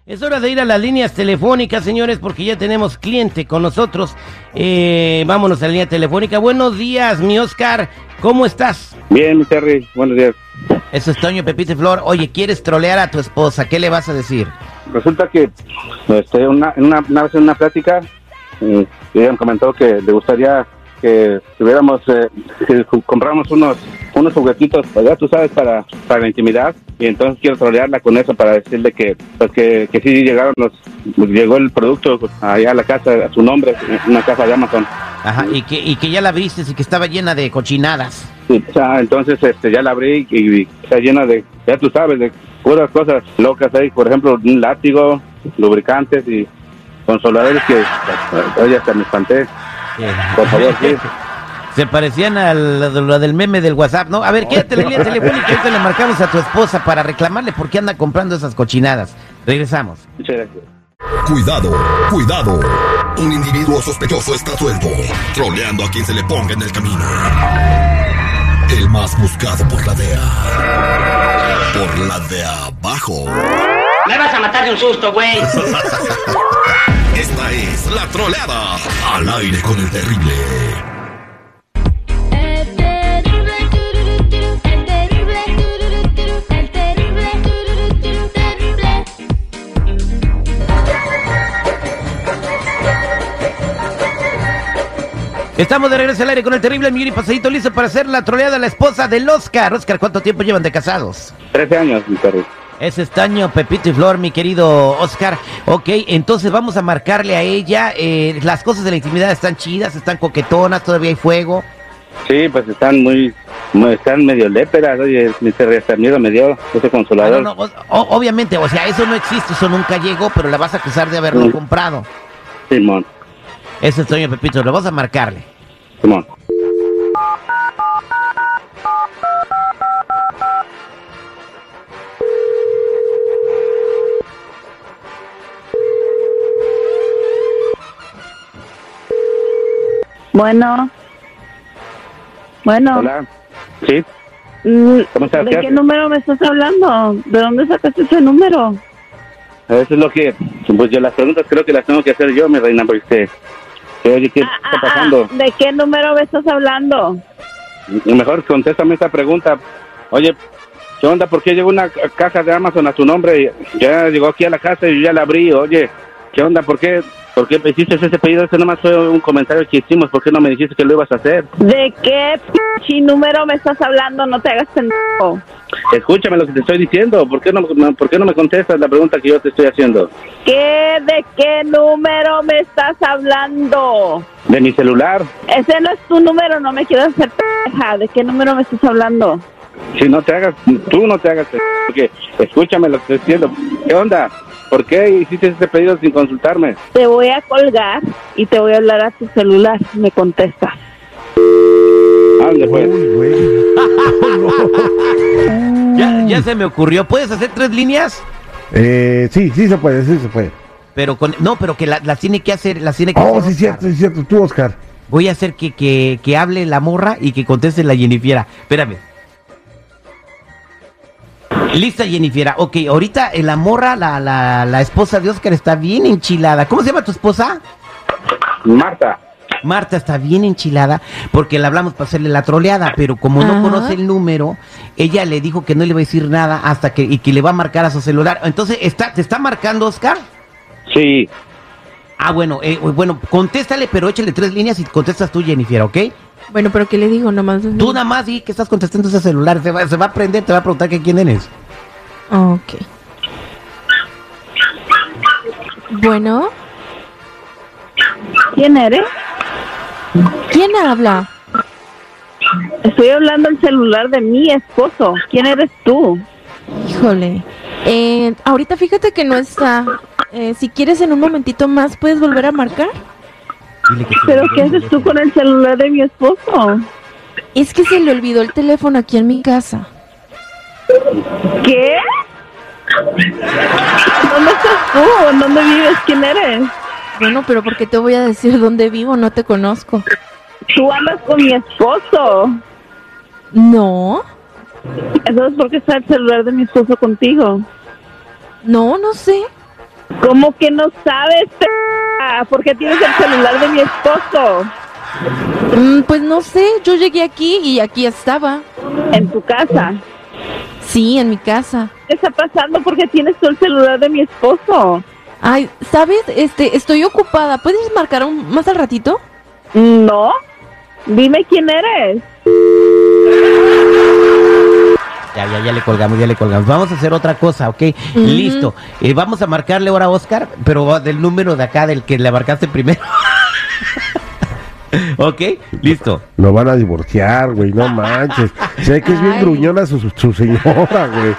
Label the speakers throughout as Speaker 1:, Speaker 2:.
Speaker 1: Es hora de ir a las líneas telefónicas, señores, porque ya tenemos cliente con nosotros. Vámonos a la línea telefónica. Buenos días, mi Oscar. ¿Cómo estás?
Speaker 2: Bien, mi Terry. Buenos días.
Speaker 1: Eso es Toño, Pepito y Flor. Oye, ¿quieres trolear a tu esposa? ¿Qué le vas a decir?
Speaker 2: Resulta que una vez en una plática, ella me comentó que le gustaría que tuviéramos, que compramos unos juguetitos, ya tú sabes, para la intimidad. Y entonces quiero trolearla con eso para decirle que sí llegó el producto allá a la casa, a su nombre, una casa de Amazon.
Speaker 1: Ajá, y que ya la abriste y que estaba llena de cochinadas.
Speaker 2: Sí, o sea, entonces ya la abrí y está llena de, ya tú sabes, de puras cosas locas ahí. Por ejemplo, un látigo, lubricantes y consoladores que, oye, hasta me espanté. Por favor, sí.
Speaker 1: Se parecían a lo del meme del WhatsApp, ¿no? A ver, quédate en la línea telefónica y ahorita le marcamos a tu esposa para reclamarle por qué anda comprando esas cochinadas. Regresamos.
Speaker 2: Muchas gracias.
Speaker 3: Cuidado, cuidado. Un individuo sospechoso está suelto, troleando a quien se le ponga en el camino. El más buscado por la DEA. Por la de abajo.
Speaker 4: Me vas a matar de un susto, güey.
Speaker 3: Esta es la troleada. Al aire con el terrible.
Speaker 1: Estamos de regreso al aire con el terrible millón y pasadito, listo para hacer la troleada a la esposa del Oscar. Oscar, ¿cuánto tiempo llevan de casados?
Speaker 2: 13 años, mi Terry.
Speaker 1: Ese es Toño, Pepito y Flor, mi querido Oscar. Ok, entonces vamos a marcarle a ella. Las cosas de la intimidad están chidas, están coquetonas, todavía hay fuego.
Speaker 2: Sí, pues están medio léperas. Oye, mi Terry, hasta miedo me dio ese consolador.
Speaker 1: No, obviamente, o sea, eso no existe, eso nunca llegó, pero la vas a acusar de haberlo comprado.
Speaker 2: Simón.
Speaker 1: Ese es Toño, Pepito, lo vas a marcarle.
Speaker 2: Simón.
Speaker 5: Bueno.
Speaker 2: Hola. ¿Sí? ¿Cómo estás?
Speaker 5: ¿De qué número me estás hablando? ¿De dónde sacaste ese número?
Speaker 2: Eso es lo que, pues yo las preguntas creo que las tengo que hacer yo, mi reina, porque, oye, ¿qué está pasando?
Speaker 5: ¿De qué número me estás hablando?
Speaker 2: Mejor contéstame esta pregunta. Oye, ¿qué onda? ¿Por qué llegó una caja de Amazon a tu nombre? Ya llegó aquí a la casa y yo ya la abrí. Oye, ¿qué onda? ¿Por qué hiciste ese pedido? Ese nomás fue un comentario que hicimos. ¿Por qué no me dijiste que lo ibas a hacer?
Speaker 5: ¿De qué número me estás hablando? No te hagas pendejo.
Speaker 2: Escúchame lo que te estoy diciendo. ¿Por qué no me contestas la pregunta que yo te estoy haciendo?
Speaker 5: ¿De qué número me estás hablando?
Speaker 2: De mi celular.
Speaker 5: Ese no es tu número, no me quieras hacer pendeja. ¿De qué número me estás hablando?
Speaker 2: Si no te hagas, tú no te hagas, porque escúchame lo que estoy diciendo. ¿Qué onda? ¿Por qué hiciste este pedido sin consultarme?
Speaker 5: Te voy a colgar y te voy a hablar a tu celular. Me contestas.
Speaker 2: Ande, pues.
Speaker 1: Ya se me ocurrió. ¿Puedes hacer 3 líneas?
Speaker 6: Sí se puede.
Speaker 1: Pero pero que las tiene que hacer,
Speaker 6: Oh, sí, cierto, tú, Oscar.
Speaker 1: Voy a hacer que hable la morra y que conteste la Jennifiera. Espérame. Lista, Jennifiera. Ok, ahorita la morra, la esposa de Oscar está bien enchilada. ¿Cómo se llama tu esposa?
Speaker 2: Marta.
Speaker 1: Marta está bien enchilada porque le hablamos para hacerle la troleada, pero como no conoce el número, ella le dijo que no le va a decir nada hasta que le va a marcar a su celular. Entonces, ¿te está marcando, Oscar?
Speaker 2: Sí.
Speaker 1: Bueno, contéstale, pero échale 3 líneas y contestas tú, Jennifer, ¿ok?
Speaker 7: Bueno, pero ¿qué le digo? Nomás.
Speaker 1: Tú nada más di que estás contestando ese celular, se va a prender, te va a preguntar que quién eres.
Speaker 7: Ok. Bueno.
Speaker 5: ¿Quién eres?
Speaker 7: ¿Quién habla?
Speaker 5: Estoy hablando al celular de mi esposo. ¿Quién eres tú?
Speaker 7: Híjole. Ahorita fíjate que no está. Si quieres en un momentito más, ¿puedes volver a marcar?
Speaker 5: ¿Pero qué haces tú con el celular de mi esposo?
Speaker 7: Es que se le olvidó el teléfono aquí en mi casa.
Speaker 5: ¿Qué? ¿Dónde estás tú? ¿En dónde vives? ¿Quién eres?
Speaker 7: Bueno, pero ¿por qué te voy a decir dónde vivo? No te conozco.
Speaker 5: Tú andas con mi esposo.
Speaker 7: No.
Speaker 5: Entonces, ¿por qué está el celular de mi esposo contigo?
Speaker 7: No sé.
Speaker 5: ¿Cómo que no sabes, ¿Por qué tienes el celular de mi esposo?
Speaker 7: Pues no sé, yo llegué aquí y aquí estaba.
Speaker 5: En tu casa.
Speaker 7: Sí, en mi casa.
Speaker 5: ¿Qué está pasando? ¿Por qué tienes tú el celular de mi esposo?
Speaker 7: Ay, ¿sabes? Estoy ocupada. ¿Puedes marcar más al ratito?
Speaker 5: No. Dime quién eres.
Speaker 1: Ya le colgamos. Vamos a hacer otra cosa, ¿ok? Listo. Vamos a marcarle ahora a Oscar, pero del número de acá, del que le marcaste primero. ¿Ok? Listo.
Speaker 6: Lo van a divorciar, güey, no manches. Sé que es bien gruñona su señora, güey.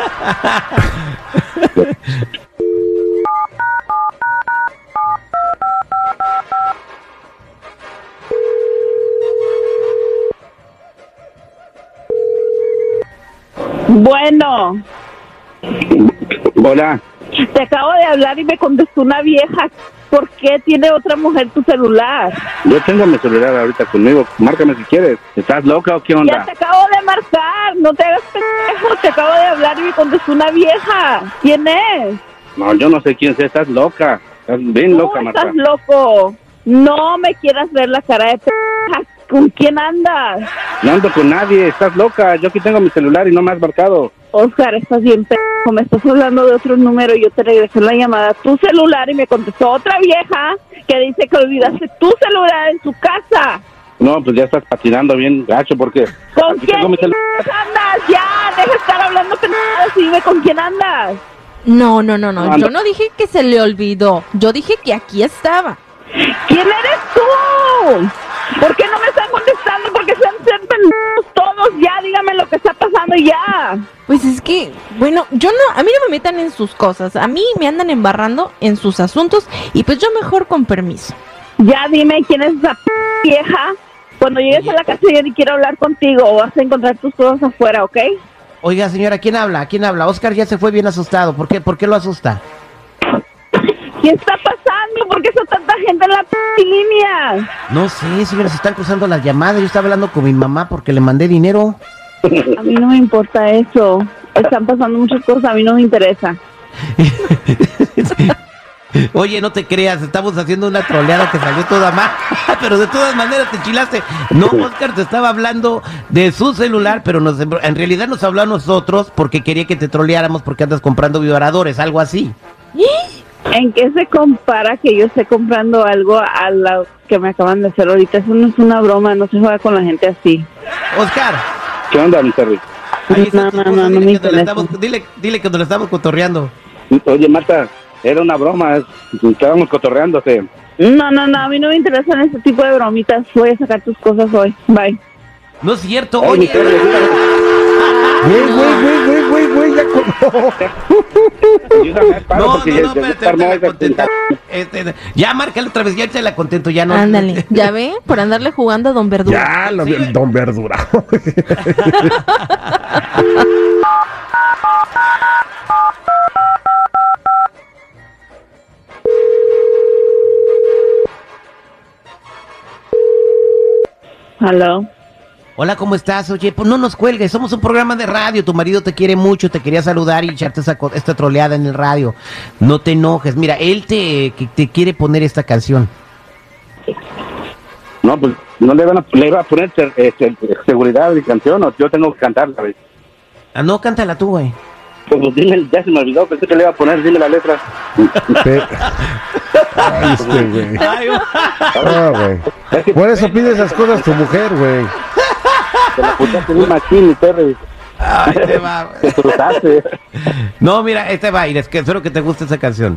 Speaker 5: Bueno.
Speaker 2: Hola.
Speaker 5: Te acabo de hablar y me contestó una vieja. ¿Por qué tiene otra mujer tu celular?
Speaker 2: Yo tengo mi celular ahorita conmigo. Márcame si quieres. ¿Estás loca o qué onda?
Speaker 5: Ya te acabo de marcar. No te hagas pendejo. Te acabo de hablar y me contestó una vieja. ¿Quién es?
Speaker 2: No, yo no sé quién sea. Estás loca. Estás bien loca, Marta.
Speaker 5: Estás loco. No me quieras ver la cara de pendeja. ¿Con quién andas?
Speaker 2: No ando con nadie. Estás loca. Yo aquí tengo mi celular y no me has marcado.
Speaker 5: Oscar, estás bien pendejo. Me estás hablando de otro número y yo te regresé la llamada a tu celular y me contestó otra vieja que dice que olvidaste tu celular en su casa.
Speaker 2: No, pues ya estás patinando bien gacho porque...
Speaker 5: ¿Con
Speaker 2: aquí
Speaker 5: quién
Speaker 2: tengo mi celular.
Speaker 5: andas? Ya, deja de estar hablando pendejadas y dime con quién andas.
Speaker 7: No.
Speaker 2: Ando.
Speaker 7: Yo no dije que se le olvidó. Yo dije que aquí estaba.
Speaker 5: ¿Quién eres tú? ¿Por qué no me están contestando? Porque se han pendejos todos. Ya, dígame lo que está pasando ya.
Speaker 7: Pues es que, bueno, a mí no me metan en sus cosas. A mí me andan embarrando en sus asuntos y pues yo mejor con permiso.
Speaker 5: Ya dime quién es esa vieja. Cuando llegues a la casa yo ni quiero hablar contigo o vas a encontrar tus cosas afuera, ¿ok?
Speaker 1: Oiga, señora, ¿quién habla? Oscar ya se fue bien asustado. ¿Por qué lo asusta?
Speaker 5: ¿Qué está pasando? ¿Por qué está tanta gente en la línea?
Speaker 1: No sé, señora, se están cruzando las llamadas. Yo estaba hablando con mi mamá porque le mandé dinero.
Speaker 5: A mí no me importa eso. Están pasando muchas cosas, a mí no me interesa.
Speaker 1: Oye, no te creas, estamos haciendo una troleada que salió toda mal, pero de todas maneras te enchilaste. No, Oscar te estaba hablando de su celular, pero en realidad nos habló a nosotros porque quería que te troleáramos porque andas comprando vibradores, algo así.
Speaker 5: ¿En qué se compara que yo esté comprando algo a lo que me acaban de hacer ahorita? Eso no es una broma, no se juega con la gente así.
Speaker 1: Oscar.
Speaker 2: ¿Qué onda, mi Terry?
Speaker 1: Ahí está tu esposa,
Speaker 5: no me interesa.
Speaker 1: Dile que nos la estamos cotorreando.
Speaker 2: Oye, Marta, era una broma. Estábamos cotorreándote.
Speaker 5: No, a mí no me interesan ese tipo de bromitas. Voy a sacar tus cosas hoy. Bye.
Speaker 1: No es cierto,
Speaker 2: Ay, mi
Speaker 1: oye.
Speaker 2: Terry,
Speaker 6: Güey, ya colgó.
Speaker 2: ayúdame, paro,
Speaker 1: No,
Speaker 2: porque ya
Speaker 1: espérate,
Speaker 2: armó
Speaker 1: ahorita la
Speaker 2: esa
Speaker 1: contenta.
Speaker 2: punta.
Speaker 1: Ya márcale otra vez, ya se la contento, ya no.
Speaker 7: Ándale, ¿ya ve? Por andarle jugando a Don Verdura.
Speaker 6: Ya, lo vi, el Don Verdura.
Speaker 5: Hello.
Speaker 1: Hola, ¿cómo estás? Oye, pues no nos cuelgues, somos un programa de radio, tu marido te quiere mucho, te quería saludar y echarte esta troleada en el radio. No te enojes, mira, él te quiere poner esta canción.
Speaker 2: No, pues no le iba a poner seguridad de canción, o yo tengo que cantarla, ¿ves?
Speaker 1: Ah, no, cántala tú, güey.
Speaker 2: Pues dime, ya se me olvidó, pensé que le iba a poner, dime la letra.
Speaker 6: Ay, güey.
Speaker 1: Ay,
Speaker 6: Ah, güey. Por eso pide esas cosas tu mujer, güey.
Speaker 2: Te la pusiste bien machín, mi Terry.
Speaker 1: ay, te va, güey.
Speaker 2: Te cruzaste.
Speaker 1: No, mira, va, y es que espero que te guste esa canción.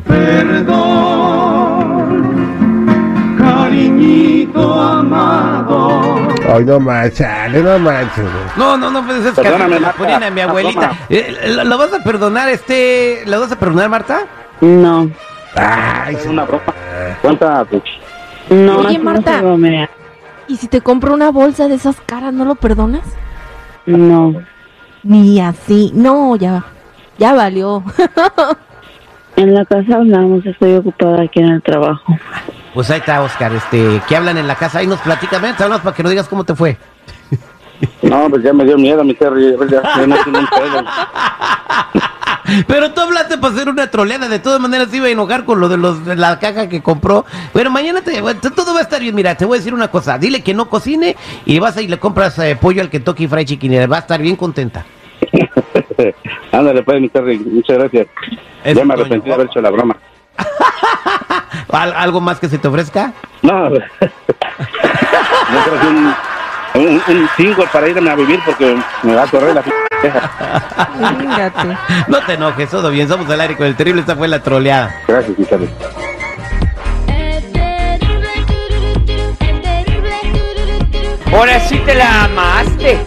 Speaker 8: Cariñito amado.
Speaker 6: Ay, no manches, no manches, güey.
Speaker 1: No, pues esas
Speaker 2: Perdóname,
Speaker 1: canciones las
Speaker 2: Marta.
Speaker 1: ponían a mi abuelita.
Speaker 2: Toma.
Speaker 1: ¿Lo vas a perdonar, ¿lo vas a perdonar, Marta?
Speaker 5: No.
Speaker 6: Ay,
Speaker 2: Es una broma. Cuenta, pues.
Speaker 5: No,
Speaker 7: Oye,
Speaker 5: así no
Speaker 7: Marta.
Speaker 5: se bromea.
Speaker 7: ¿Y si te compro una bolsa de esas caras, no lo perdonas?
Speaker 5: No.
Speaker 7: Ni así. No, ya valió.
Speaker 5: En la casa hablamos, estoy ocupada aquí en el trabajo.
Speaker 1: Pues ahí está, Oscar, que hablan en la casa, ahí nos platican, ven, te hablamos para que nos digas cómo te fue.
Speaker 2: No, pues ya me dio miedo, mi Terry. Ya no tiene un pedo.
Speaker 1: Pero tú hablaste para hacer una troleada, de todas maneras iba a enojar con lo de la caja que compró. Pero mañana todo va a estar bien. Mira, te voy a decir una cosa, dile que no cocine y vas y le compras pollo al Kentucky Fried Chicken y va a estar bien contenta.
Speaker 2: Ándale, pues, mi Terry, muchas gracias.
Speaker 1: Eso,
Speaker 2: ya me arrepentí de haber hecho la broma.
Speaker 1: ¿Algo más que se te ofrezca?
Speaker 2: No, no creo que un single para irme a vivir porque me va a correr la
Speaker 7: Fíjate.
Speaker 1: No te enojes, todo bien, somos al aire con el terrible, esta fue la troleada.
Speaker 2: Gracias, mi Terry.
Speaker 9: Ahora sí te la amaste.